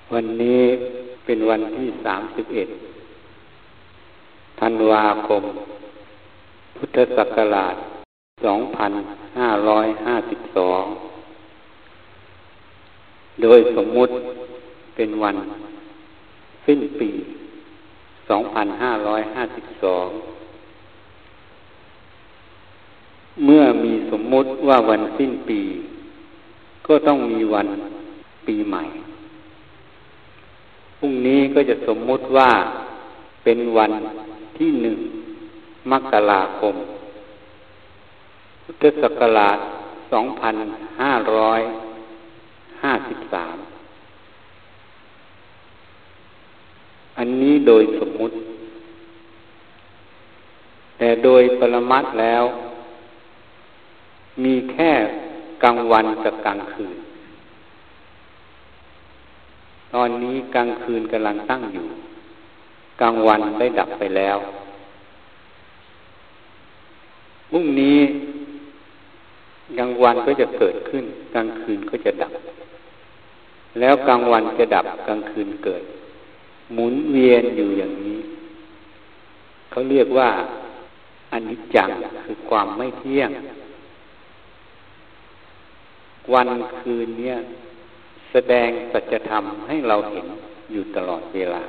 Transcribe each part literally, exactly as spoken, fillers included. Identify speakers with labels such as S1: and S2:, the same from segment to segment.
S1: วันนี้เป็นวันที่สามสิบเอ็ดธันวาคมพุทธศักราชสองพันห้าร้อยห้าสิบสองโดยสมมุติเป็นวันสิ้นปีสองพันห้าร้อยห้าสิบสองเมื่อมีสมมุติว่าวันสิ้นปีก็ต้องมีวันปีใหม่พรุ่งนี้ก็จะสมมุติว่าเป็นวันที่หนึ่งมกราคมพุทธศักราชสองพันห้าร้อยห้าสิบสามอันนี้โดยสมมุติแต่โดยปรมัตถ์แล้วมีแค่กลางวันกับกลางคืนตอนนี้กลางคืนกำลังตั้งอยู่กลางวันได้ดับไปแล้วพรุ่งนี้กลางวันก็จะเกิดขึ้นกลางคืนก็จะดับแล้วกลางวันจะดับกลางคืนเกิดหมุนเวียนอยู่อย่างนี้เขาเรียกว่าอนิจจังคือความไม่เที่ยงวันคืนเนี้ยแสดงสัจธรรมให้เราเห็นอยู่ตลอดเวลา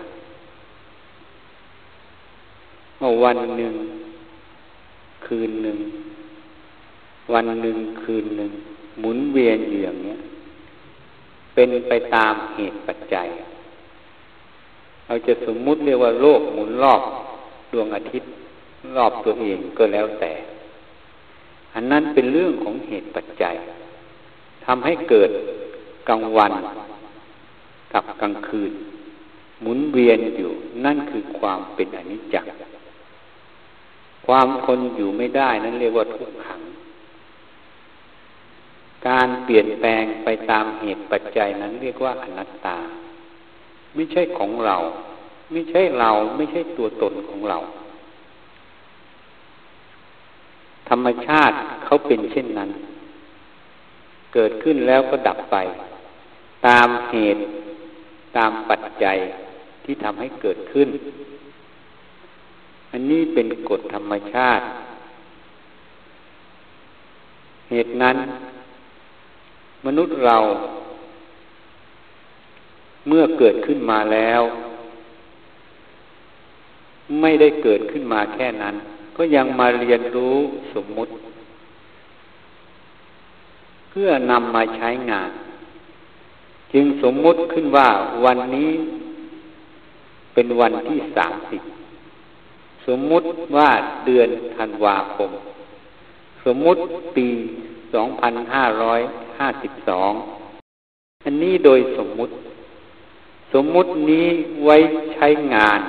S1: ว่าวันหนึ่งคืนหนึ่งวันหนึ่งคืนหนึ่งหมุนเวียนอยู่อย่างนี้เป็นไปตามเหตุปัจจัยเราจะสมมุติเรียกว่าโลกหมุนรอบดวงอาทิตย์รอบตัวเองก็แล้วแต่อันนั้นเป็นเรื่องของเหตุปัจจัยทำให้เกิดกลางวันกับกลางคืนหมุนเวียนอยู่นั่นคือความเป็นอนิจจังความทนอยู่ไม่ได้นั้นเรียกว่าทุกขังการเปลี่ยนแปลงไปตามเหตุปัจจัยนั้นเรียกว่าอนัตตาไม่ใช่ของเราไม่ใช่เราไม่ใช่ตัวตนของเราธรรมชาติเขาเป็นเช่นนั้นเกิดขึ้นแล้วก็ดับไปตามเหตุตามปัจจัยที่ทำให้เกิดขึ้นอันนี้เป็นกฎธรรมชาติเหตุนั้นมนุษย์เราเมื่อเกิดขึ้นมาแล้วไม่ได้เกิดขึ้นมาแค่นั้นก็ยังมาเรียนรู้สมมุติเพื่อนำมาใช้งานจึงสมมุติขึ้นว่าวันนี้เป็นวันที่สามสิบสมมุติว่าเดือนธันวาคมสมมุติปีสองพันห้าร้อยห้าสิบสองอันนี้โดยสมมุติสมมุตินี้ไว้ใช้งาน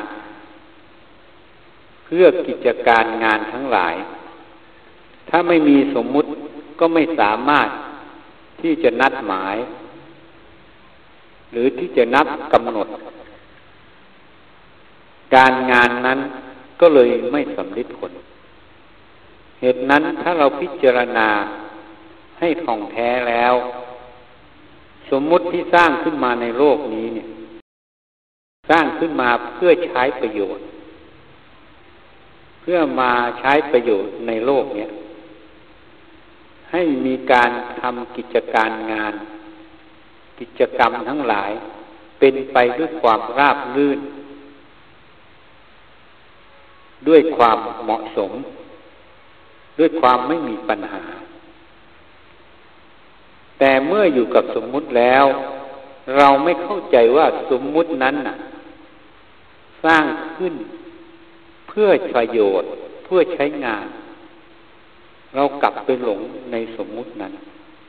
S1: เพื่อกิจการงานทั้งหลายถ้าไม่มีสมมุติก็ไม่สามารถที่จะนัดหมายหรือที่จะนับกำหนดการงานนั้นก็เลยไม่สำเร็จผลเหตุนั้นถ้าเราพิจารณาให้ท่องแท้แล้วสมมุติที่สร้างขึ้นมาในโลกนี้เนี่ยสร้างขึ้นมาเพื่อใช้ประโยชน์เพื่อมาใช้ประโยชน์ในโลกเนี้ยให้มีการทำกิจการงานกิจกรรมทั้งหลายเป็นไปด้วยความราบรื่นด้วยความเหมาะสมด้วยความไม่มีปัญหาแต่เมื่ออยู่กับสมมุติแล้วเราไม่เข้าใจว่าสมมุตินั้นน่ะสร้างขึ้นเพื่อประโยชน์เพื่อใช้งานเรากลับไปหลงในสมมุตินั้น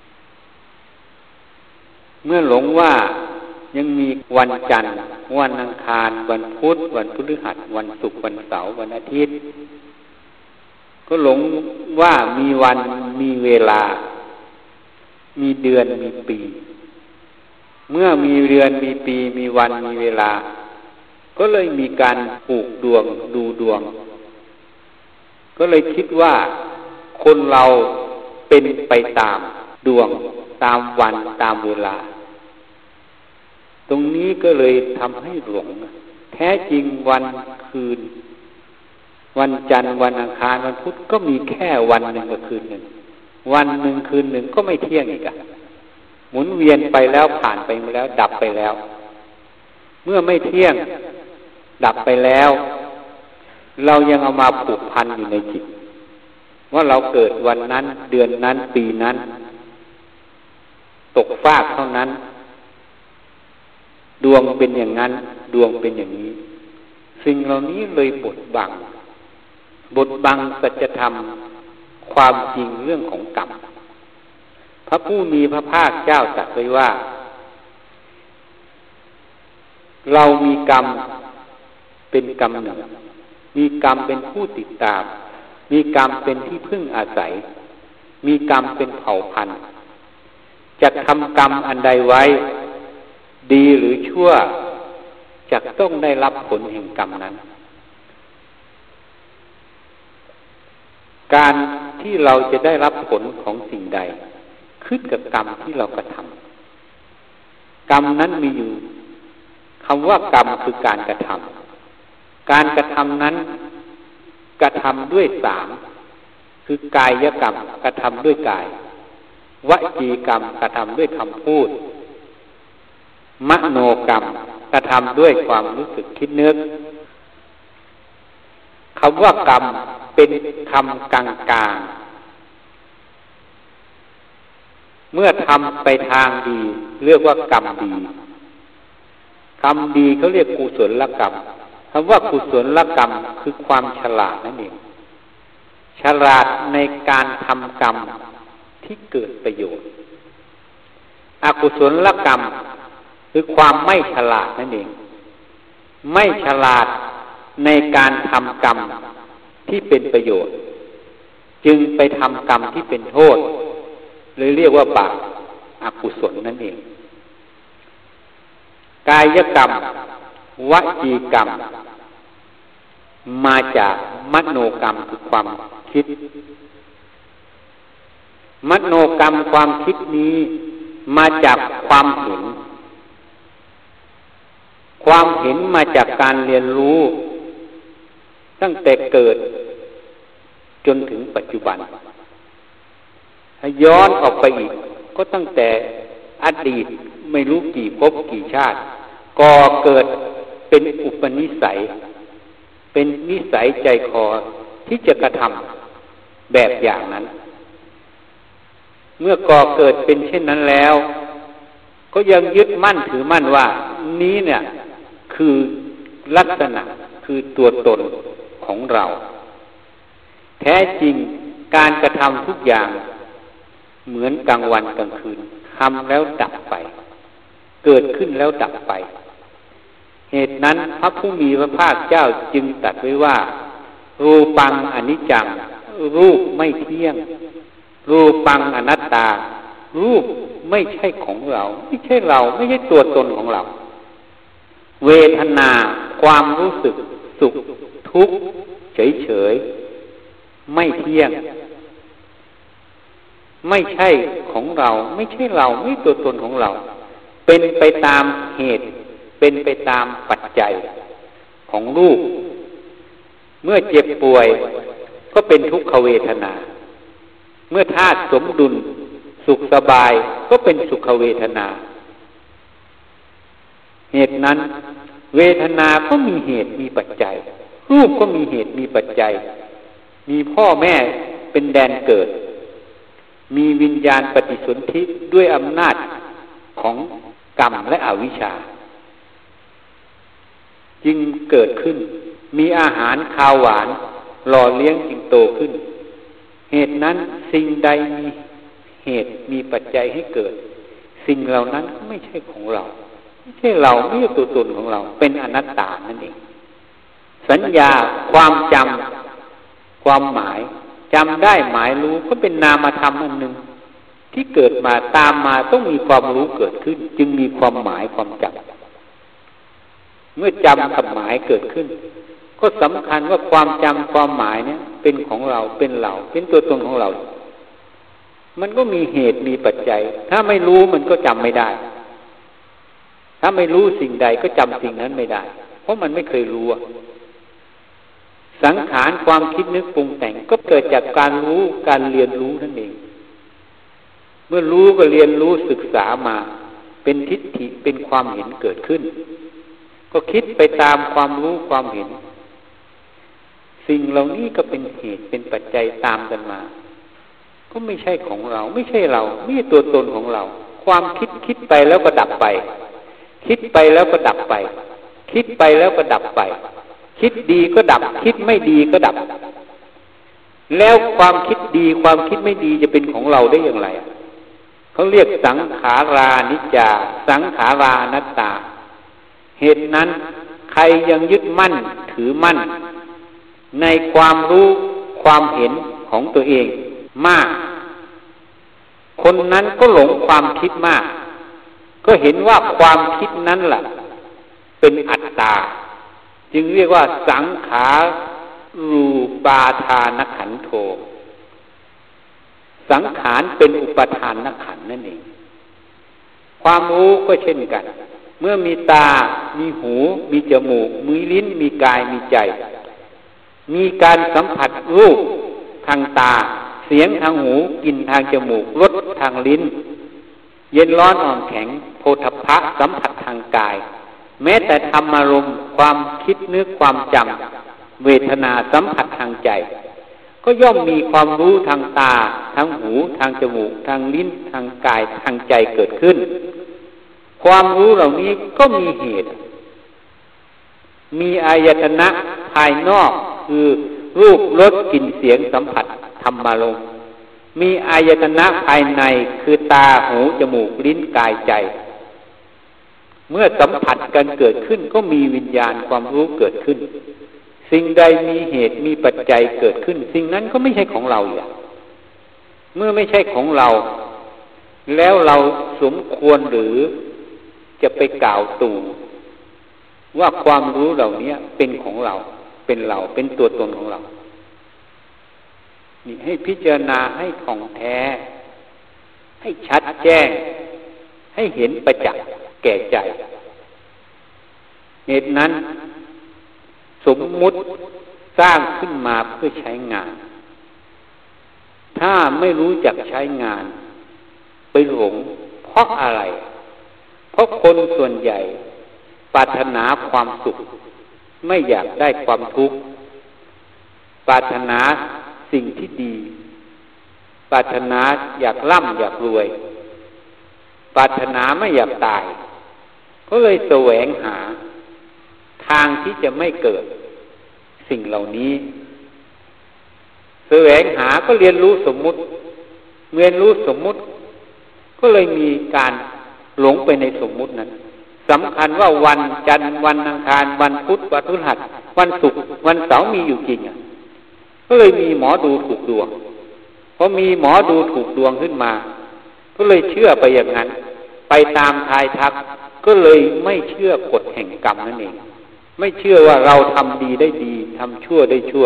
S1: เมื่อหลงว่ายังมีวันจันทร์วันอังคารวันพุธวันพฤหัสวันศุกร์วันเสาร์วันอาทิตย์ก็หลงว่ามีวันมีเวลามีเดือนมีปีเมื่อมีเดือนมีปีมีวันมีเวลาก็เลยมีการผูกดวงดูดวงก็เลยคิดว่าคนเราเป็นไปตามดวงตามวันตามเวลาตรงนี้ก็เลยทำให้หลงแท้จริงวันคืนวันจันทร์วันอังคารวันพุธก็มีแค่วันหนึ่งกับคืนหนึ่งวันหนึ่งคืนหนึ่งก็ไม่เที่ยงอีกอะหมุนเวียนไปแล้วผ่านไปแล้วดับไปแล้วเมื่อไม่เที่ยงดับไปแล้วเรายังเอามาผูกพันอยู่ในจิตว่าเราเกิดวันนั้นเดือนนั้นปีนั้นตกฟากเท่านั้นดวงเป็นอย่างนั้นดวงเป็นอย่างนี้สิ่งเหล่านี้เลยบดบังบดบังสัจธรรมความจริงเรื่องของกรรมพระผู้มีพระภาคเจ้าตรัสไว้ว่าเรามีกรรมเป็นกรรมหนึ่งมีกรรมเป็นผู้ติดตามมีกรรมเป็นที่พึ่งอาศัยมีกรรมเป็นเผ่าพันธุ์จะทำกรรมอันใดไว้ดีหรือชั่วจะต้องได้รับผลแห่งกรรมนั้นการที่เราจะได้รับผลของสิ่งใดขึ้นกับกรรมที่เรากระทำกรรมนั้นมีอยู่คำว่ากรรมคือการกระทำการกระทำนั้นกระทำด้วยสามคือกายกรรมกระทำด้วยกายวจีกรรมกระทำด้วยคำพูดมโนกรรมกระทำด้วยความรู้สึกคิดนึกคำว่ากรรมเป็นคำกลางกลางเมื่อทำไปทางดีเรียกว่ากรรมดีกรรมดีเขาเรียกกุศลกรรมคำว่ากุศลกรรมคือความฉลาดนั่นเองฉลาดในการทำกรรมที่เกิดประโยชน์อกุศลกรรมคือความไม่ฉลาดนั่นเองไม่ฉลาดในการทำกรรมที่เป็นประโยชน์จึงไปทำกรรมที่เป็นโทษเลยเรียกว่าบาปอกุศลนั่นเองกายกรรมวจีกรรมมาจากมโนกรรมคือความคิดมโนกรรมความคิดนี้มาจากความเห็นความเห็นมาจากการเรียนรู้ตั้งแต่เกิดจนถึงปัจจุบันถ้าย้อนออกไปอีกก็ตั้งแต่อดีตไม่รู้กี่ภพกี่ชาติก่อเกิดเป็นอุปนิสัยเป็นนิสัยใจคอที่จะกระทำแบบอย่างนั้นเมื่อก่อเกิดเป็นเช่นนั้นแล้วก็ยังยึดมั่นถือมั่นว่านี้เนี่ยคือลักษณะคือตัวตนของเราแท้จริงการกระทำทุกอย่างเหมือนกลางวันกลางคืนทำแล้วดับไปเกิดขึ้นแล้วดับไปเหตุนั้นพระผู้มีพระภาคเจ้าจึงตรัสไว้ว่ารูปังอนิจจังรูปไม่เที่ยงรูปังอนัตตารูปไม่ใช่ของเราไม่ใช่เราไม่ใช่ตัวตนของเราเวทนาความรู้สึกสุขทุกข์เฉยๆไม่เที่ยงไม่ใช่ของเราไม่ใช่เราไม่ตัวตนของเราเป็นไปตามเหตุเป็นไปตามปัจจัยของรูปเมื่อเจ็บป่วยก็เป็นทุกขเวทนาเมื่อธาตุสมดุลสุขสบายก็เป็นสุขเวทนาเหตุนั้นเวทนาก็มีเหตุมีปัจจัยรูปก็มีเหตุมีปัจจัยมีพ่อแม่เป็นแดนเกิดมีวิญญาณปฏิสนธิด้วยอำนาจของกรรมและอวิชชาจึงเกิดขึ้นมีอาหารคาวหวานหล่อเลี้ยงจึงโตขึ้นเหตุนั้นสิ่งใดมีเหตุมีปัจจัยให้เกิดสิ่งเหล่านั้นไม่ใช่ของเราไม่ใช่เราไม่ใช่ตัวตนของเราเป็นอนัตตานั่นเองสัญญาความจำความหมายจำได้หมายรู้ก็เป็นนามธรรมอันหนึ่งที่เกิดมาตามมาต้องมีความรู้เกิดขึ้นจึงมีความหมายความจำเมื่อจำกับหมายเกิดขึ้นก็สำคัญว่าความจำความหมายเนี่ยเป็นของเราเป็นเราเป็นตัวตนของเรามันก็มีเหตุมีปัจจัยถ้าไม่รู้มันก็จำไม่ได้ถ้าไม่รู้สิ่งใดก็จำสิ่งนั้นไม่ได้เพราะมันไม่เคยรู้สังขารความคิดนึกปรุงแต่งก็เกิดจากการรู้การเรียนรู้นั่นเองเมื่อรู้ก็เรียนรู้ศึกษามาเป็นทิฏฐิเป็นความเห็นเกิดขึ้นก็คิดไปตามความรู้ความเห็นสิ่งเหล่านี้ก็เป็นเหตุเป็นปัจจัยตามกันมาก็ไม่ใช่ของเราไม่ใช่เราไม่ใช่ตัวตนของเราความคิดคิดไปแล้วก็ดับไปคิดไปแล้วก็ดับไปคิดไปแล้วก็ดับไปคิดดีก็ดับคิดไม่ดีก็ดับแล้วความคิดดีความคิดไม่ดีจะเป็นของเราได้อย่างไรเขาเรียกสังขารานิจจาสังขารานัตตาเหตุนั้นใครยังยึดมั่นถือมั่นในความรู้ความเห็นของตัวเองมากคนนั้นก็หลงความคิดมากก็เห็นว่าความคิดนั้นล่ะเป็นอัตตาจึงเรียกว่าสังขารูปาทานขันโธสังขารเป็นอุปทานขันธ์นั่นเองความรู้ก็เช่นกันเมื่อมีตามีหูมีจมูกมีลิ้นมีกายมีใจมีการสัมผัสรูปทางตาเสียงทางหูกลิ่นทางจมูกรสทางลิ้นเย็นร้อนอ่อนแข็งโผฏฐัพพะสัมผัสทางกายแม้แต่ธรรมารมณ์ความคิดนึกความจำเวทนาสัมผัสทางใจก็ย่อมมีความรู้ทางตาทางหูทางจมูกทางลิ้นทางกายทางใจเกิดขึ้นความรู้เหล่านี้ก็มีเหตุมีอายตนะภายนอกคือรูปรสกลิ่นเสียงสัมผัสธรรมารมณ์มีอายตนะภายในคือตาหูจมูกลิ้นกายใจเมื่อสัมผัสกันเกิดขึ้นก็มีวิญญาณความรู้เกิดขึ้นสิ่งใดมีเหตุมีปัจจัยเกิดขึ้นสิ่งนั้นก็ไม่ใช่ของเราอย่างเมื่อไม่ใช่ของเราแล้วเราสมควรหรือจะไปกล่าวตู่ว่าความรู้เหล่านี้เป็นของเราเป็นเราเป็นตัวตนของเรานี่ให้พิจารณาให้ท่องแท้ให้ชัดแจ้งให้เห็นประจักษ์แก่ใจเหตุนั้นสมมุติสร้างขึ้นมาเพื่อใช้งานถ้าไม่รู้จักใช้งานไปหลงเพราะอะไรเพราะคนส่วนใหญ่ปรารถนาความสุขไม่อยากได้ความทุกข์ปรารถนาสิ่งที่ดีปรารถนาอยากร่ำอยากรวยปรารถนาไม่อยากตายก็เลยแสวงหาทางที่จะไม่เกิดสิ่งเหล่านี้แสวงหาก็เรียนรู้สมมุติเรียนรู้สมมุติก็เลยมีการหลงไปในสมมุตินั้นสำคัญว่าวันจันทร์วันอังคารวันพุธวันพฤหัสวันศุกร์วันเสาร์มีอยู่จริงอ่ะก็เลยมีหมอดูถูกดวงพอมีหมอดูถูกดวงขึ้นมาก็เลยเชื่อไปอย่างนั้นไปตามทายทักก็เลยไม่เชื่อกฎแห่งกรรมนั่นเองไม่เชื่อว่าเราทำดีได้ดีทำชั่วได้ชั่ว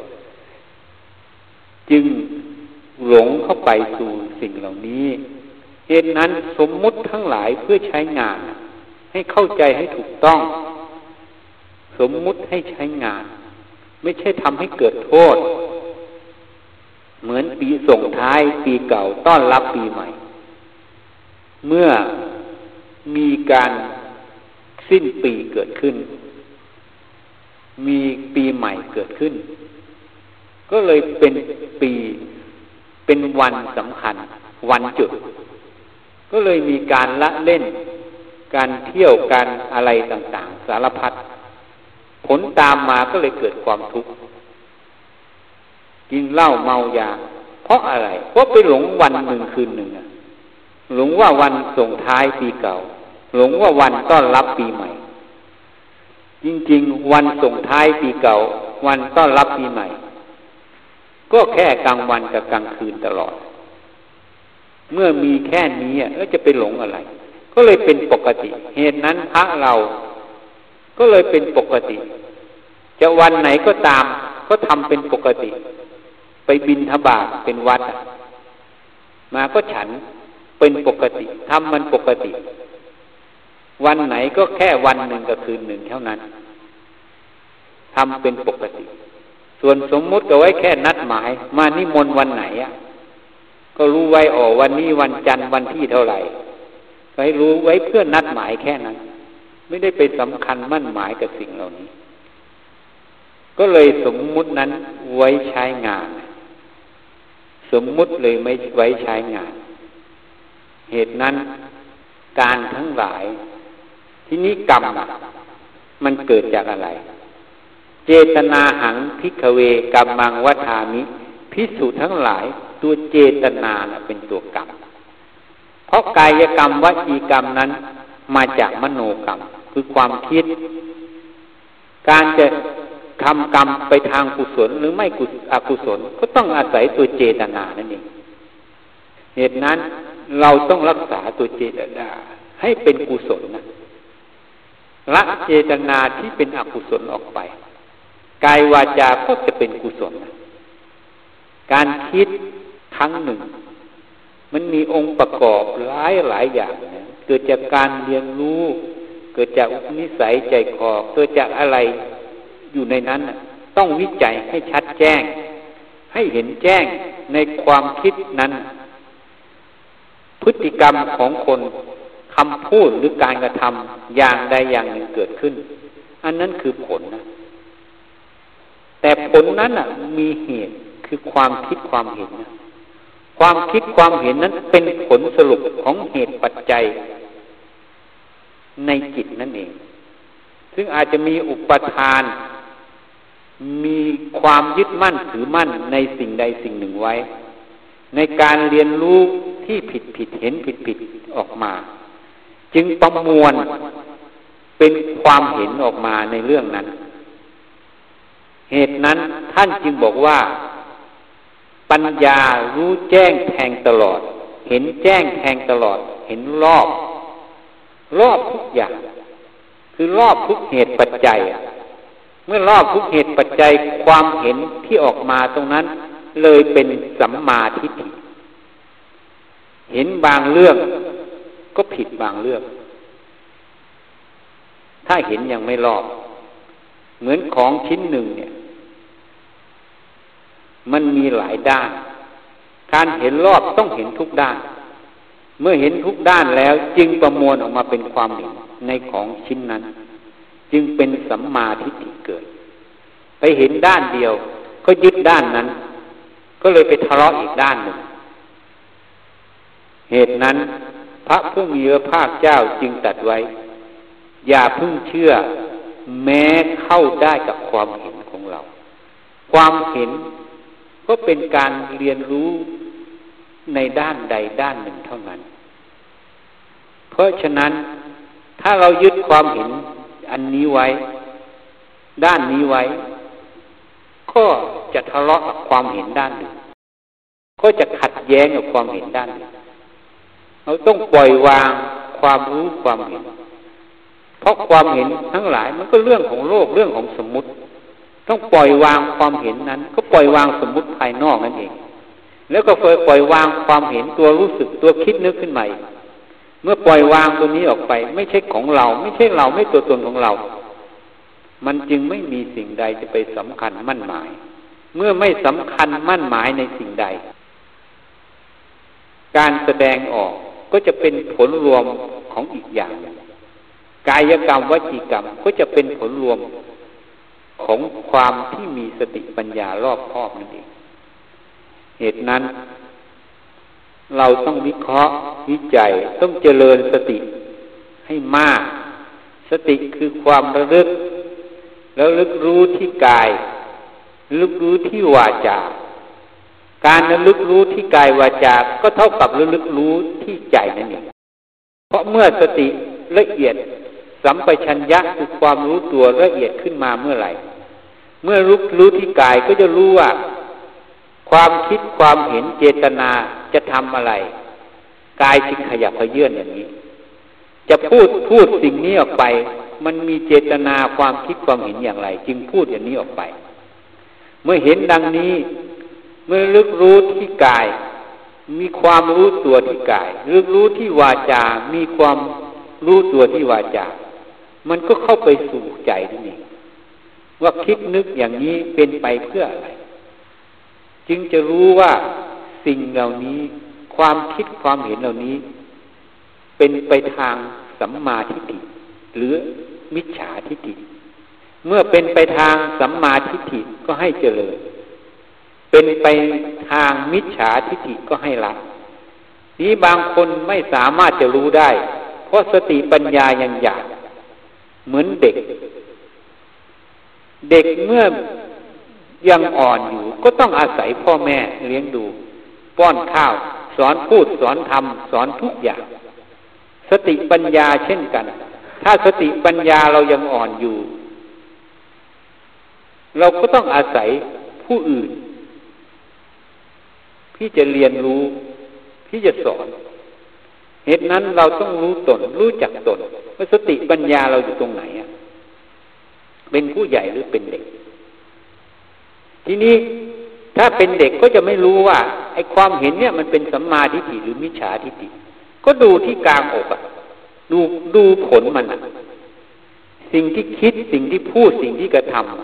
S1: จึงหลงเข้าไปสู่สิ่งเหล่านี้เหตุนั้นสมมุติทั้งหลายเพื่อใช้งานให้เข้าใจให้ถูกต้องสมมุติให้ใช้งานไม่ใช่ทำให้เกิดโทษเหมือนปีส่งท้ายปีเก่าต้อนรับปีใหม่เมื่อมีการสิ้นปีเกิดขึ้นมีปีใหม่เกิดขึ้นก็เลยเป็นปีเป็นวันสำคัญวันจุดก็เลยมีการละเล่นการเที่ยวการอะไรต่างๆสารพัดผลตามมาก็เลยเกิดความทุกข์กินเหล้าเมายาเพราะอะไรเพราะไปหลงวันหนึ่งคืนหนึ่งหลงว่าวันส่งท้ายปีเก่าหลงว่าวันต้อนรับปีใหม่จริงๆวันส่งท้ายปีเก่าวันต้อนรับปีใหม่ก็แค่กลางวันกับกลางคืนตลอดเมื่อมีแค่นี้แล้วจะไปหลงอะไรก็เลยเป็นปกติเหตุนั้นพระเราก็เลยเป็นปกติจะวันไหนก็ตามก็ทำเป็นปกติไปบิณฑบาตเป็นวัดมาก็ฉันเป็นปกติทำมันปกติวันไหนก็แค่วันหนึ่งกับคืนหนึ่งเท่านั้นทำเป็นปกติส่วนสมมุติก็ไว้แค่นัดหมายมานิมนต์วันไหนอ่ะก็รู้ไว้อ๋อวันนี้วันจันทร์วันที่เท่าไหร่ก็ให้รู้ไว้เพื่อนัดหมายแค่นั้นไม่ได้ไปสำคัญมั่นหมายกับสิ่งเหล่านี้ก็เลยสมมุตินั้นไว้ใช้งานสมมุติเลยไม่ไว้ใช้งานเหตุนั้นการทั้งหลายที่นี้กรรมมันเกิดจากอะไรเจตนาหังภิกขเวกัมมังวัฏฐามิภิกษุทั้งหลายตัวเจตนาเป็นตัวกรรมเพราะกายกรรมวจีกรรมนั้นมาจากมโนกรรมคือความคิดการจะทำกรรมไปทางกุศลหรือไม่อกุศลก็ต้องอาศัยตัวเจตนานั่นเองเหตุนั้นเราต้องรักษาตัวเจตนาให้เป็นกุศลนะละเจตนาที่เป็นอกุศลออกไปกายวาจาก็จะเป็นกุศลนะการคิดครั้งหนึ่งมันมีองค์ประกอบหลายหลายอย่างนะเกิดจากการเรียนรู้เกิดจากอุปนิสัยใจคอเกิดจากอะไรอยู่ในนั้นนะต้องวิจัยให้ชัดแจ้งให้เห็นแจ้งในความคิดนั้นพฤติกรรมของคนคำพูดหรือการกระทำอย่างใดอย่างหนึ่งเกิดขึ้นอันนั้นคือผลนะแต่ผลนั้นน่ะมีเหตุคือความคิดความเห็นนะความคิดความเห็นนั้นเป็นผลสรุปของเหตุปัจจัยในจิตนั่นเองซึ่งอาจจะมีอุปทานมีความยึดมั่นถือมั่นในสิ่งใดสิ่งหนึ่งไว้ในการเรียนรู้ที่ผิดผิดเห็นผิดผิดออกมาจึงประมวลเป็นความเห็นออกมาในเรื่องนั้นเหตุนั้นท่านจึงบอกว่าปัญญารู้แจ้งแทงตลอดเห็นแจ้งแทงตลอดเห็นรอบรอบทุกอย่างคือรอบทุกเหตุปัจจัยเมื่อรอบทุกเหตุปัจจัยความเห็นที่ออกมาตรงนั้นเลยเป็นสัมมาทิฏฐิเห็นบางเรื่องก็ผิดบางเรื่องถ้าเห็นยังไม่รอบเหมือนของชิ้นหนึ่งเนี่ยมันมีหลายด้านการเห็นรอบต้องเห็นทุกด้านเมื่อเห็นทุกด้านแล้วจึงประมวลออกมาเป็นความเห็นในของชิ้นนั้นจึงเป็นสัมมาทิฏฐิเกิดไปเห็นด้านเดียวก็ยึดด้านนั้นก็เลยไปทะเลาะอีกด้านหนึ่งเหตุนั้นพระผู้มีพระภาคเจ้าจึงตรัสไว้อย่าเพิ่งเชื่อแม้เข้าได้กับความเห็นของเราความเห็นก็เป็นการเรียนรู้ในด้านใดด้านหนึ่งเท่านั้นเพราะฉะนั้นถ้าเรายึดความเห็นอันนี้ไว้ด้านนี้ไว้ก็จะทะเลาะกับความเห็นด้านหนึ่งก็จะขัดแย้งกับความเห็นด้านหนึ่งเราต้องปล่อยวางความรู้ความเห็นเพราะความเห็นทั้งหลายมันก็เรื่องของโลกเรื่องของสมมุติต้องปล่อยวางความเห็นนั้นก็ปล่อยวางสมมุติภายนอกนั่นเองแล้วก็ปล่อยวางความเห็นตัวรู้สึกตัวคิดนึกขึ้นมาเมื่อปล่อยวางตัวนี้ออกไปไม่ใช่ของเราไม่ใช่เราไม่ตัวตนของเรามันจึงไม่มีสิ่งใดจะไปสำคัญมั่นหมายเมื่อไม่สำคัญมั่นหมายในสิ่งใดการแสดงออกก็จะเป็นผลรวมของอีกอย่างกายกรรมวจีกรรมก็จะเป็นผลรวมของความที่มีสติปัญญารอบคอบนั่นเองเหตุนั้นเราต้องวิเคราะห์วิจัยต้องเจริญสติให้มากสติคือความระลึกแล้วระลึกรู้ที่กายระลึกรู้ที่วาจาการระลึกรู้ที่กายวาจาก็เท่ากับระลึกรู้ที่ใจนั่นเองเพราะเมื่อสติละเอียดสัมปชัญญะคือความรู้ตัวละเอียดขึ้นมาเมื่อไหร่เมื่อรู้รู้ที่กายก็จะรู้ว่าความคิดความเห็นเจตนาจะทำอะไรกายจึงขยับเขยื้อนอย่างนี้จะพูดพูดสิ่งนี้ออกไปมันมีเจตนาความคิดความเห็นอย่างไรจึงพูดอย่างนี้ออกไปเมื่อเห็นดังนี้เมื่อลึกรู้ที่กายมีความรู้ตัวที่กายลึกรู้ที่วาจามีความรู้ตัวที่วาจามันก็เข้าไปสู่ใจนั่นเองว่าคิดนึกอย่างนี้เป็นไปเพื่ออะไรจึงจะรู้ว่าสิ่งเหล่านี้ความคิดความเห็นเหล่านี้เป็นไปทางสัมมาทิฏฐิหรือมิจฉาทิฏฐิเมื่อเป็นไปทางสัมมาทิฏฐิก็ให้เจริญเป็นไปทางมิจฉาทิฏฐิก็ให้ละนี้บางคนไม่สามารถจะรู้ได้เพราะสติปัญญายังหยาบเหมือนเด็กเด็กเมื่อยังอ่อนอยู่ก็ต้องอาศัยพ่อแม่เลี้ยงดูป้อนข้าวสอนพูดสอนทำสอนทุกอย่างสติปัญญาเช่นกันถ้าสติปัญญาเรายังอ่อนอยู่เราก็ต้องอาศัยผู้อื่นที่จะเรียนรู้ที่จะสอนเหตุนั้นเราต้องรู้ตนรู้จักตนว่าสติปัญญาเราอยู่ตรงไหนอ่ะเป็นผู้ใหญ่หรือเป็นเด็กทีนี้ถ้าเป็นเด็กก็จะไม่รู้ว่าไอ้ความเห็นเนี่ยมันเป็นสัมมาทิฏฐิหรือมิจฉาทิฏฐิก็ดูที่กลางอกอ่ะดูดูผลมันอ่ะสิ่งที่คิดสิ่งที่พูดสิ่งที่กระทำ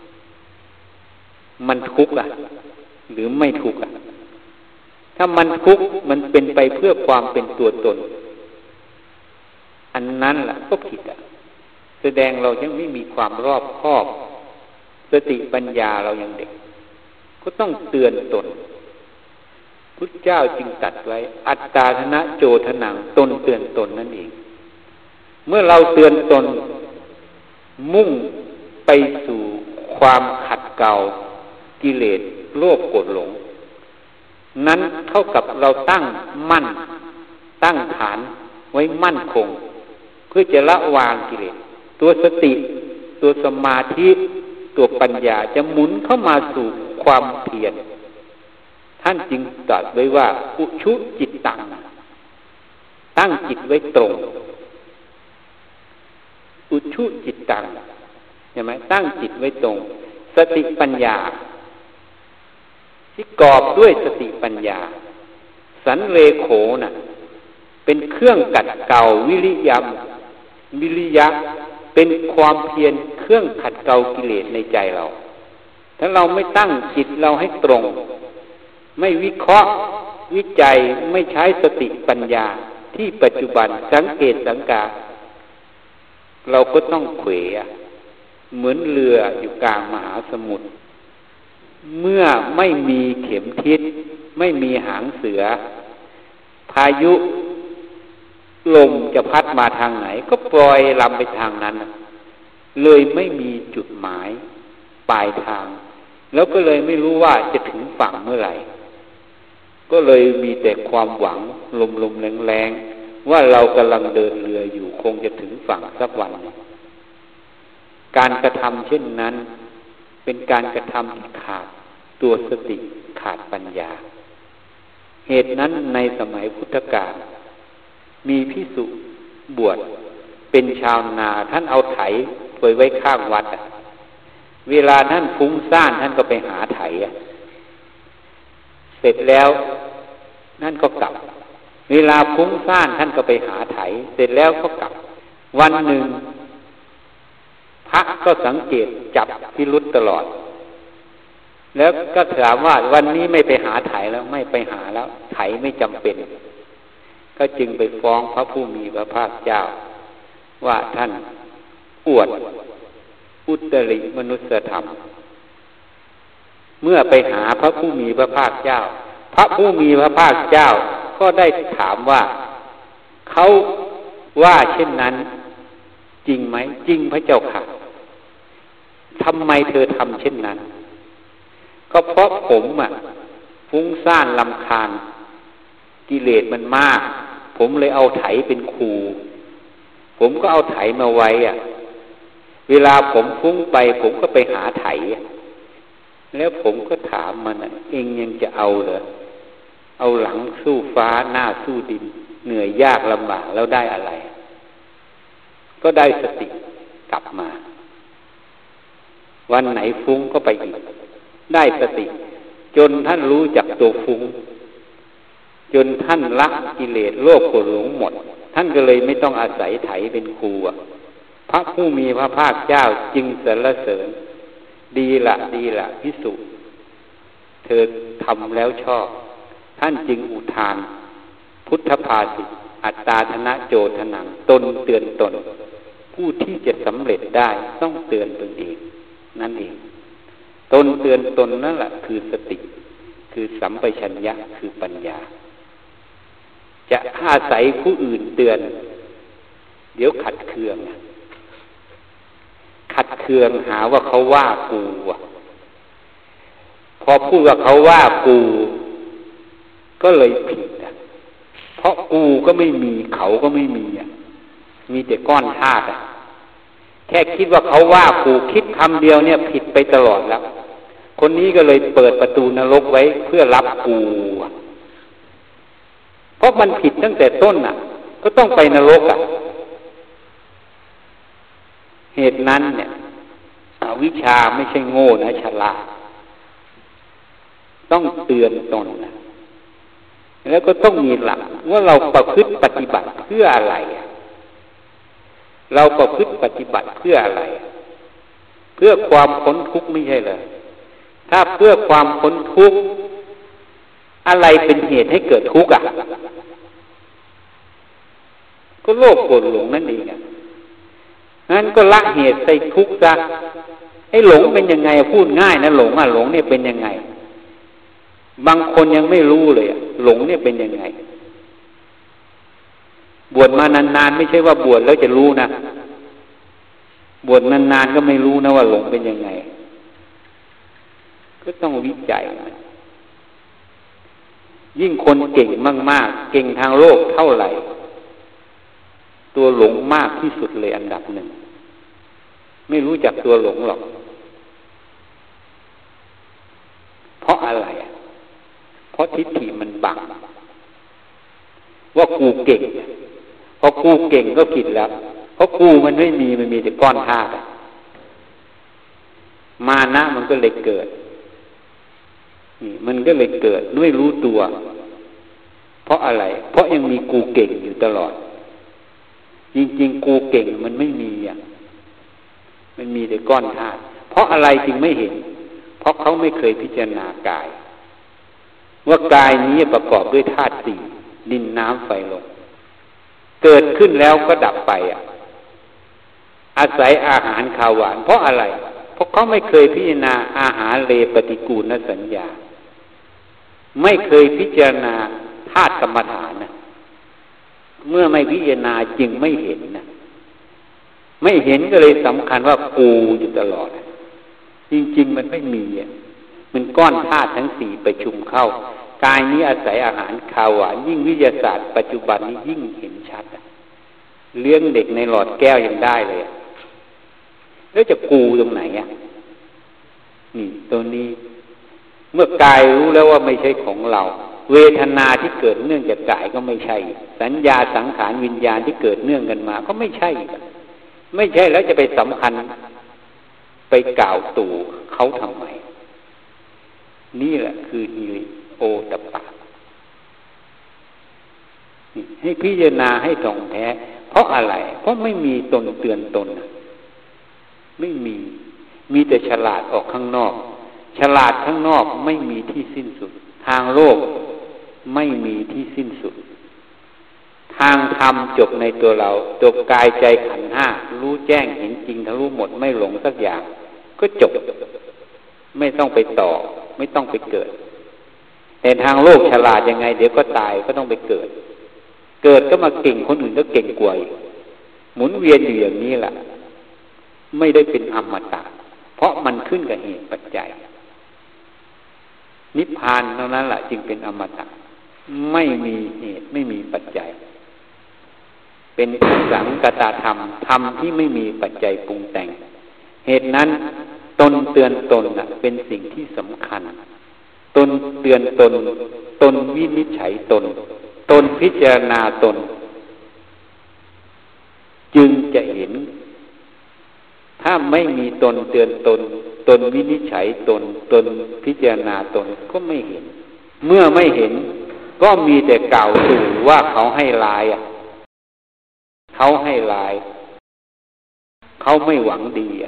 S1: มันทุกข์อ่ะหรือไม่ทุกข์อ่ะถ้ามันทุกข์มันเป็นไปเพื่อความเป็นตัวตนอันนั้นล่ะก็ผิดอ่ะแสดงเรายังไม่มีความรอบคอบสติปัญญาเรายังเด็กก็ต้องเตือนตนพุทธเจ้าจึงตรัสไว้อัตตาทนะโจทนังตนเตือนตนนั่นเองเมื่อเราเตือนตนมุ่งไปสู่ความขัดเกลากิเลสโลภโกรธหลงนั้นเท่ากับเราตั้งมั่นตั้งฐานไว้มั่นคงเพื่อจะละวางกิเลสตัวสติตัวสมาธิตัวปัญญาจะหมุนเข้ามาสู่ความเพียรท่านจึงตรัสไว้ว่าอุชุจิตตังตั้งจิตไว้ตรงอุชุจิตตังเห็นไหมตั้งจิตไว้ตรงสติปัญญาที่กอบด้วยสติปัญญาสันเลโขน่ะเป็นเครื่องกัดเกลาวิริยมวิริยะเป็นความเพียรเครื่องขัดเกลากิเลสในใจเราถ้าเราไม่ตั้งจิตเราให้ตรงไม่วิเคราะห์วิจัยไม่ใช้สติปัญญาที่ปัจจุบันสังเกตสังกาเราก็ต้องเขวเหมือนเรืออยู่กลางมหาสมุทรเมื่อไม่มีเข็มทิศไม่มีหางเสือพายุลมจะพัดมาทางไหนก็ปล่อยลำไปทางนั้นเลยไม่มีจุดหมายปลายทางแล้วก็เลยไม่รู้ว่าจะถึงฝั่งเมื่อไหร่ก็เลยมีแต่ความหวังลมๆแรงๆว่าเรากำลังเดินเรืออยู่คงจะถึงฝั่งสักวันการกระทำเช่นนั้นเป็นการกระทำที่ขาดตัวสติขาดปัญญาเหตุนั้นในสมัยพุทธกาลมีภิกษุบวชเป็นชาวนาท่านเอาไถไปไว้ข้างวัดเวลาท่านฟุ้งซ่านท่านก็ไปหาไถเสร็จแล้วนั่นก็กลับเวลาฟุ้งซ่านท่านก็ไปหาไถเสร็จแล้วก็กลับวันหนึ่งพระก็สังเกตจับพิรุธตลอดแล้วก็ถามว่าวันนี้ไม่ไปหาไถแล้วไม่ไปหาแล้วไถไม่จำเป็นก็จึงไปฟ้องพระผู้มีพระภาคเจ้าว่าท่านอวดอุตริมนุสธรรมเมื่อไปหาพระผู้มีพระภาคเจ้าพระผู้มีพระภาคเจ้าก็ได้ถามว่าเขาว่าเช่นนั้นจริงไหมจริงพระเจ้าค่ะทำไมเธอทำเช่นนั้นก็เพราะผมอ่ะฟุ้งซ่านรำคาญกิเลสมันมากผมเลยเอาไถเป็นครูผมก็เอาไถมาไว้อ่ะเวลาผมฟุ้งไปผมก็ไปหาไถแล้วผมก็ถามมันอ่ะเองยังจะเอาเหรอเอาหลังสู้ฟ้าหน้าสู้ดินเหนื่อยยากลำบากแล้วได้อะไรก็ได้สติกลับมาวันไหนฟุ้งก็ไปอีกได้สติจนท่านรู้จักตัวฟุ้งจนท่านละกิเลสโลภโกรธหลงหมดท่านก็เลยไม่ต้องอาศัยไถเป็นครูพระผู้มีพระภาคเจ้าจึงสรรเสริญดีละดีละภิกษุเธอทำแล้วชอบท่านจึงอุทานพุทธภาษิตอัตตาธนะโจทนังตนเตือนตนผู้ที่จะสำเร็จได้ต้องเตือนตนเองนั่นเองตนเตือนตนนั่นแหละคือสติคือสัมปชัญญะคือปัญญาจะอาศัยผู้อื่นเตือนเดี๋ยวขัดเคืองขัดเคืองหาว่าเขาว่ากูพอพูดว่าเขาว่ากูก็เลยผิดอ่ะเพราะกูก็ไม่มีเขาก็ไม่มีอ่ะมีแต่ก้อนธาตุอ่ะแค่คิดว่าเขาว่ากูคิดคำเดียวเนี่ยผิดไปตลอดแล้วคนนี้ก็เลยเปิดประตูนรกไว้เพื่อรับกูเพราะมันผิดตั้งแต่ต้นอ่ะก็ต้องไปนรกอ่ะเหตุนั้นเนี่ยอวิชชาไม่ใช่โง่นะฉลาดต้องเตือนตนนะแล้วก็ต้องมีหลักว่าเราประพฤติปฏิบัติเพื่ออะไรเราประพฤติปฏิบัติเพื่ออะไรเพื่อความพ้นทุกข์ไม่ใช่เหรอถ้าเพื่อความพ้นทุกข์อะไรเป็นเหตุให้เกิดทุกข์อ่ะก็โลภโกรธหลงนั่นเองอ่ะงั้นก็ละเหตุใส่ทุกข์ซะให้หลงเป็นยังไงพูดง่ายนะหลงอ่ะหลงเนี่ยเป็นยังไงบางคนยังไม่รู้เลยหลงเนี่ยเป็นยังไงบวชมานานๆไม่ใช่ว่าบวชแล้วจะรู้นะบวชนานๆก็ไม่รู้นะว่าหลงเป็นยังไงก็ต้องวิจัยยิ่งคนเก่งมากๆเก่งทางโลกเท่าไหร่ตัวหลงมากที่สุดเลยอันดับหนึ่งไม่รู้จักตัวหลงหรอกเพราะอะไรอ่ะเพราะทิฏฐิมันบังว่ากูเก่งพอกูเก่งก็ผิดแล้วเพราะกูมันไม่มีมันมีแต่ก้อนธาตุมานะมันก็เลยเกิดนี่มันก็เลยเกิดไม่รู้ตัวเพราะอะไรเพราะยังมีกูเก่งอยู่ตลอดจริงๆกูเก่งมันไม่มีอ่ะมันมีแต่ก้อนธาตุเพราะอะไรจึงไม่เห็นเพราะเขาไม่เคยพิจารณากายว่ากายนี้ประกอบด้วยธาตุสี่ดินน้ำไฟลมเกิดขึ้นแล้วก็ดับไปอ่ะอาศัยอาหารขาวหวานเพราะอะไรเพราะเขาไม่เคยพิจารณาอาหารเลปฏิกูลสัญญาไม่เคยพิจารณาธาตุกรรมฐานนะเมื่อไม่พิจารณาจึงไม่เห็นนะไม่เห็นก็เลยสำคัญว่ากูอยู่ตลอดจริงๆมันไม่มีอ่ะมันก้อนธาตุทั้งสี่ประชุมเข้ากายนี้อาศัยอาหารขาวหวานยิ่งวิทยาศาสตร์ปัจจุบันนี้ยิ่งเห็นชัดเลี้ยงเด็กในหลอดแก้วยังได้เลยแล้วจะกูตรงไหนอ่ะนี่ตัวนี้เมื่อกายรู้แล้วว่าไม่ใช่ของเราเวทนาที่เกิดเนื่องจากกายก็ไม่ใช่สัญญาสังขารวิญญาณที่เกิดเนื่องกันมาก็ไม่ใช่ไม่ใช่แล้วจะไปสำคัญไปกล่าวตู่เขาทำไมนี่แหละคือฮิริโอตปะให้พิจารณาให้ถ่องแท้เพราะอะไรเพราะไม่มีตนเตือนตนไม่มีมีแต่ฉลาดออกข้างนอกฉลาดข้างนอกไม่มีที่สิ้นสุดทางโลกไม่มีที่สิ้นสุดทางธรรมจบในตัวเราจบกายใจขันธ์ห้ารู้แจ้งเห็นจริงทะลุหมดไม่หลงสักอย่างก็จบไม่ต้องไปต่อไม่ต้องไปเกิดแต่ทางโลกฉลาดยังไงเดี๋ยวก็ตายก็ต้องไปเกิดเกิดก็มาเก่งคนอื่นก็เก่งกว่าหมุนเวียนอยู่อย่างนี้แหละไม่ได้เป็นอมตะเพราะมันขึ้นกับเหตุปัจจัยนิพพานเท่านั้นแหละจึงเป็นอมตะไม่มีเหตุไม่มีปัจจัยเป็นสังกตธรรมธรรมที่ไม่มีปัจจัยปรุงแต่งเหตุนั้นตนเตือนตนน่ะเป็นสิ่งที่สำคัญตนเตือนตนตนวินิจฉัยตนตนพิจารณาตนจึงจะเห็นถ้าไม่มีตนเตือนตนตนวินิจฉัยตนตนพิจารณาตนก็ไม่เห็นเมื่อไม่เห็นก็มีแต่กล่าวตู่ว่าเขาให้ลายอ่ะเขาให้ร้ายเขาไม่หวังดีอ่ะ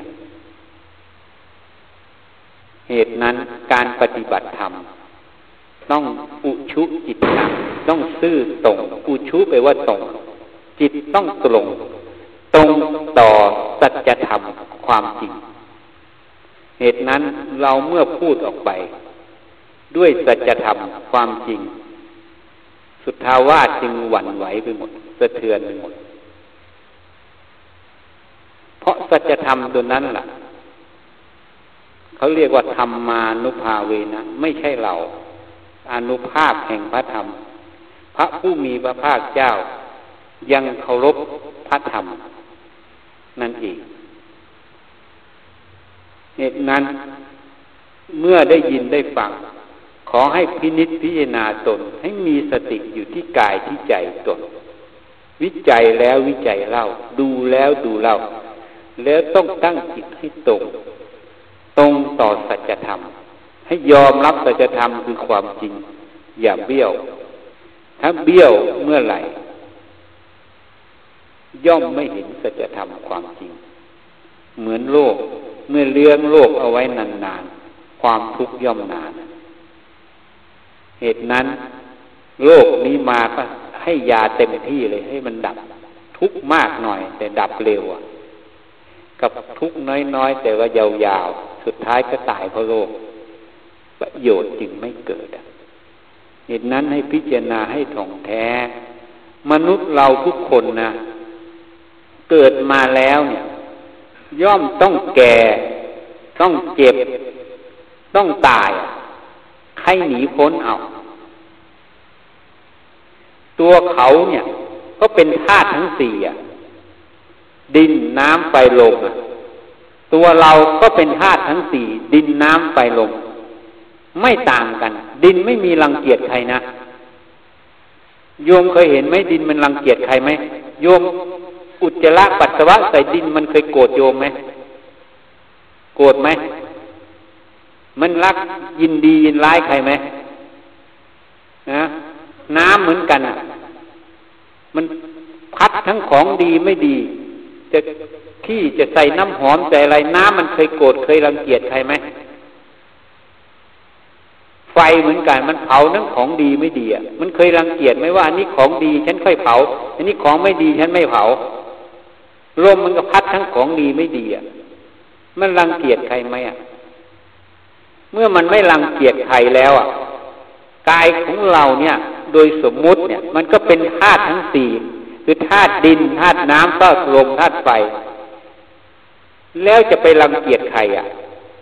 S1: เหตุนั้นการปฏิบัติธรรมต้องอุชุจิตตังต้องซื่อตรงอุชุแปลว่าตรงจิตต้องตรงตรงต่อสัจธรรมความจริงเหตุนั้นเราเมื่อพูดออกไปด้วยสัจธรรมความจริงสุทธาวาสจึงหวั่นไหวไปหมดสะเทือนไปหมดเพราะสัจธรรมตัวนั้นล่ะเขาเรียกว่าธรรมานุภาเวนะไม่ใช่เราอานุภาพแห่งพระธรรมพระผู้มีพระภาคเจ้ายังเคารพพระธรรมนั่นเองเหตุนั้นเมื่อได้ยินได้ฟังขอให้พินิจพิจารณาตนให้มีสติอยู่ที่กายที่ใจตนวิจัยแล้ววิจัยเล่าดูแล้วดูเล่าแล้วต้องตั้งจิตให้ตรงตรงต่อสัจธรรมให้ยอมรับสัจธรรมคือความจริงอย่าเบี้ยวถ้าเบี้ยวเมื่อไหร่ย่อมไม่เห็นสัจธรรมความจริงเหมือนโลกเมื่อเลี้ยงโลกเอาไว้นานๆความทุกข์ย่อมนานเหตุนั้นโลกนี้มาก็ให้ยาเต็มที่เลยให้มันดับทุกข์มากหน่อยแต่ดับเร็วอ่ะกับทุกข์น้อยๆแต่ว่ายาวๆสุดท้ายก็ตายเพราะโลกประโยชน์จึงไม่เกิดเหตุนั้นให้พิจารณาให้ถ่องแท้มนุษย์เราทุกคนนะเกิดมาแล้วเนี่ยย่อมต้องแก่ต้องเจ็บต้องตายใครหนีพ้นเอาตัวเขาเนี่ยก็เป็นธาตุทั้งสี่อ่ะดินน้ำไฟลมอ่ะตัวเราก็เป็นธาตุทั้งสี่ดินน้ำไฟลมไม่ต่างกันดินไม่มีรังเกียจใครนะโยมเคยเห็นไหมดินมันรังเกียจใครไหมโยมอุจจาระปัสสาวะใส่ดินมันเคยโกรธโยมไหมโกรธไหมมันรักยินดียินร้ายใครไหมนะน้ำเหมือนกันมันพัดทั้งของดีไม่ดีจะขี้จะใส่น้ำหอมใส่อะไรน้ำมันเคยโกรธเคยรังเกียจใครไหมไฟเหมือนกันมันเผาทั้งของดีไม่ดีอ่ะมันเคยรังเกียจไหมว่าอันนี้ของดีฉันค่อยเผาอันนี้ของไม่ดีฉันไม่เผาลมมันก็พัดทั้งของดีไม่ดีอ่ะมันรังเกียจใครไหมอ่ะเมื่อมันไม่รังเกียจใครแล้วอ่ะกายของเราเนี่ยโดยสมมุติเนี่ยมันก็เป็นธาตุทั้งสี่คือธาตุดินธาตุน้ำธาตุลมธาตุไฟแล้วจะไปรังเกียจใครอ่ะ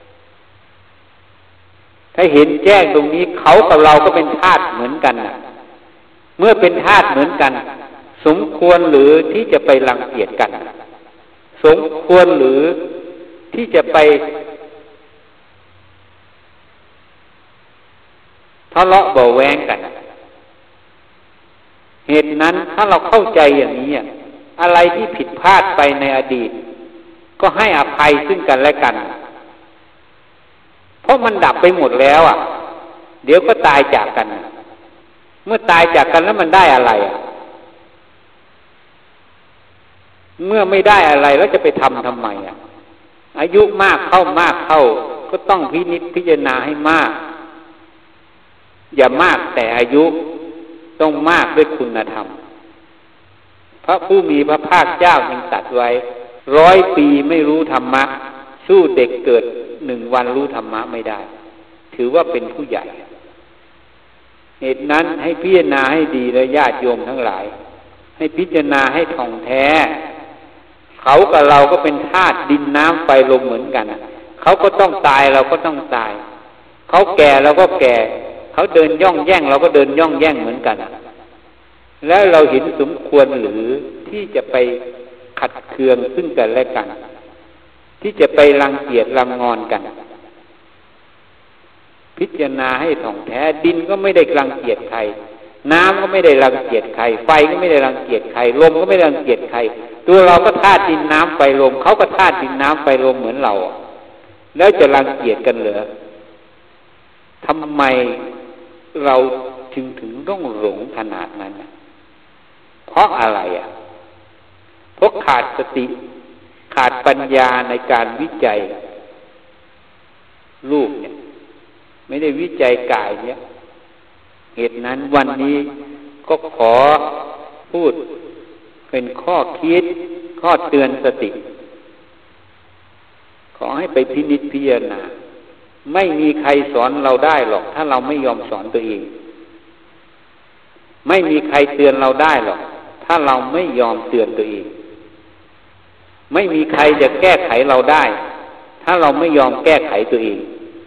S1: ถ้าเห็นแจ้งตรงนี้เขากับเราก็เป็นธาตุเหมือนกันน่ะเมื่อเป็นธาตุเหมือนกันสมควรหรือที่จะไปรังเกียจกันสมควรหรือที่จะไปทะเลาะเบาะแว้งกันเหตุนั้นถ้าเราเข้าใจอย่างนี้อะไรที่ผิดพลาดไปในอดีตก็ให้อภัยซึ่งกันและกันเพราะมันดับไปหมดแล้วอ่ะเดี๋ยวก็ตายจากกันเมื่อตายจากกันแล้วมันได้อะไรอ่ะเมื่อไม่ได้อะไรแล้วจะไปทำทำไมอ่ะอายุมากเข้ามากเข้าก็ต้องพินิจพิจารณาให้มากอย่ามากแต่อายุต้องมากด้วยคุณธรรมพระผู้มีพระภาคเจ้ายังตรัสไว้ร้อยปีไม่รู้ธรรมะสู้เด็กเกิดหนึ่งวันรู้ธรรมะไม่ได้ถือว่าเป็นผู้ใหญ่เหตุนั้นให้พิจารณาให้ดีและญาติโยมทั้งหลายให้พิจารณาให้ท่องแท้เขากับเราก็เป็นธาตุดินน้ำไฟลมเหมือนกันเขาก็ต้องตายเราก็ต้องตายเขาแก่เราก็แก่เขาเดินย่องแย่งเราก็เดินย่องแย่งเหมือนกันแล้วเราเห็นสมควรหรือที่จะไปขัดเคืองซึ่งกันและกันที่จะไปรังเกียจรังงอนกันพิจารณาให้ถ่องแท้ดินก็ไม่ได้รังเกียจใครน้ำก็ไม่ได้รังเกียจใครไฟก็ไม่ได้รังเกียจใครลมก็ไม่ได้รังเกียจใครตัวเราก็ธาตุดินน้ำไฟลมเขาก็ธาตุดินน้ำไฟลมเหมือนเราแล้วจะรังเกียจกันเหรอทำไมเราจึงถึงต้องหลงขนาดนั้นเพราะอะไรอ่ะราะขาดสติขาดปัญญาในการวิจัยรูปเนี่ยไม่ได้วิจัยกายเนี่ยเหตุนั้นวันนี้ก็ขอพูดเป็นข้อคิดข้อเตือนสติขอให้ไปพินิจพิจารณาไม่มีใครสอนเราได้หรอกถ้าเราไม่ยอมสอนตัวเองไม่มีใครเตือนเราได้หรอกถ้าเราไม่ยอมเตือนตัวเองไม่มีใครจะแก้ไขเราได้ถ้าเราไม่ยอมแก้ไขตัวเอง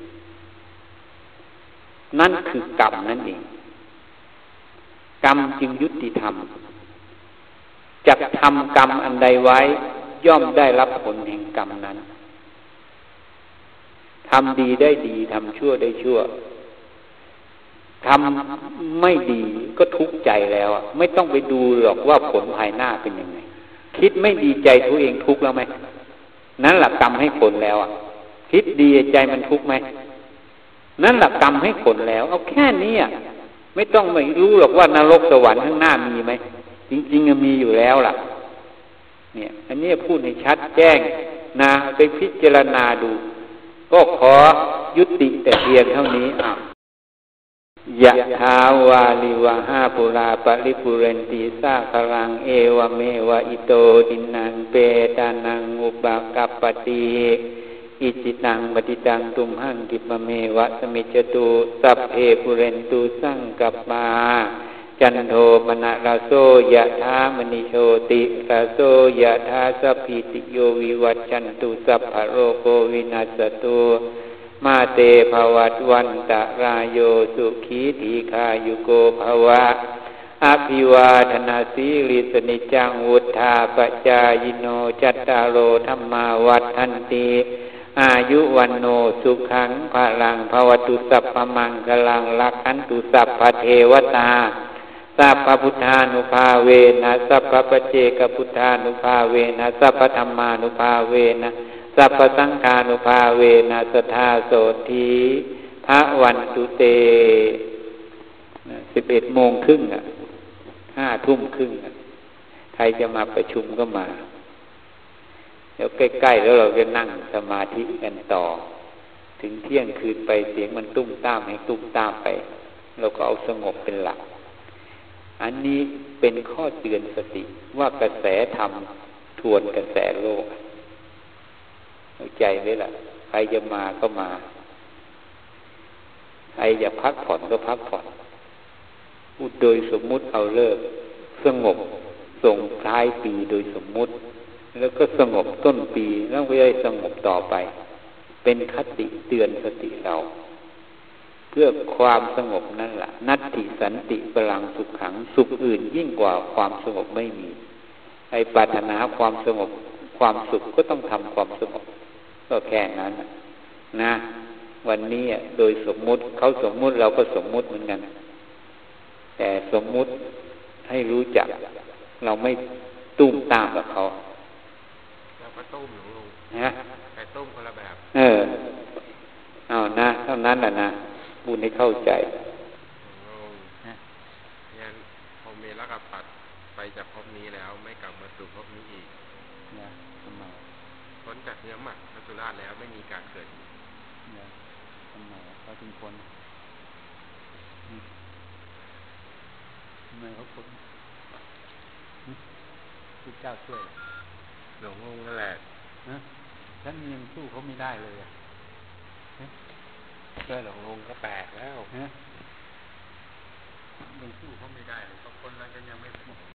S1: นั่นคือกรรมนั่นเองกรรมจึงยุติธรรมจักทำกรรมอันใดไว้ย่อมได้รับผลแห่งกรรมนั้นทำดีได้ดีทำชั่วได้ชั่วทำไม่ดีก็ทุกข์ใจแล้วไม่ต้องไปดูหรอกว่าผลภายหน้าเป็นยังไงคิดไม่ดีใจตัวเองทุกข์แล้วไหมนั่นแหละกรรมให้ผลแล้วอ่ะคิดดีใจมันทุกข์ไหมนั่นแหละกรรมให้ผลแล้วเอาแค่นี้อ่ะไม่ต้องไม่รู้หรอกว่านรกสวรรค์ข้างหน้ามีไหมจริงๆมีอยู่แล้วล่ะเนี่ยอันนี้พูดให้ชัดแจ้งนะไปพิจารณาดูก็ขอยุติแต่เพียงเท่านี้อ่ะยะถาวาลิวหาปุราปริปุเรนติสาคลังเอวเมวะอิโตทินังเปตานังอุปกัปปติอิจิตังปฏิตังตุมหังกิปะเมวะสมิจจตุสัพเพปุเรนตุสังกัปปาจันโทปนะราโสยะถามณิโชติราโสยะถาสัพพิติโยวิวัชชันตุสัพพะโรโควินัสสตุมาเตภวัตวันตะรายโยสุขีทีคายุโกภวะอภิวาทนาสีลิสนิจังวุธาปจายโนจัตตารโอธรรมาวัฏทันติอายุวันโนสุขังภลังภวตุสัพพมังคลังลักขันตุสัพพเทวตาสัพพพุทธานุภาเวนะสัพพปเจกพุทธานุภาเวนะสัพพธัมมานุภาเวนะสัพพสังฆานุภาเวนะสัทธาโสธีพระวันตุเตสิบเอ็ดโมงครึ่งอ่ะห้าทุ่มครึ่งอ่ะใครจะมาประชุมก็มาเดี๋ยวใกล้ๆแล้วเราจะนั่งสมาธิกันต่อถึงเที่ยงคืนไปเสียงมันตุ้มตามให้ตุ้มตามไปเราก็เอาสงบเป็นหลักอันนี้เป็นข้อเตือนสติว่ากระแสธรรมทวนกระแสโลกเข้าใจไหมล่ะใครจะมาก็มาใครจะพักผ่อนก็พักผ่อนพูดโดยสมมุติเอาเลิกสงบส่งท้ายปีโดยสมมุติแล้วก็สงบต้นปีแล้วก็ได้สงบต่อไปเป็นคติเตือนสติเราเพื่อความสงบนั่นแหละนัตติสันติพลังสุขขังสุขอื่นยิ่งกว่าความสงบไม่มีไอ้ปรารถนาความสงบความสุขก็ต้องทำความสงบก็แค่นั้นนะวันนี้โดยสมมุติเขาสมมุติเราก็สมมุติเหมือนกันแต่สมมุติให้รู้จักเราไม่ตุ้มตามกับเขา
S2: เราก็ตุ้มหลวงลุง
S1: นะ
S2: แต่ตุ้มคนละแบบ
S1: เออเอานะเท่านั้นแหละนะพูดให้เข้าใจ
S2: งั้นผมมีแล้วกับปัดไปจากภพนี้แล้วไม่กลับมาสู่ภพนี้อีก
S1: นะทำไม
S2: พ้นจากเนื้อหมักมัจจุราชแล้วไม่มีการเกิด
S1: นะทำไมเขาถึงพ้นทำไมเขาพ้นพุทธเจ้าช่วย
S2: หลวงลุงนั่นแหละ
S1: นะฉันยังสู้เขาไม่ได้เลยอ่ะ
S2: เพื่อหลวงลุงก็แปลกแล้ว
S1: ฮะ
S2: ยังสู้เขาไม่ได้เลยเพราะคนนั้นก็ยังไม่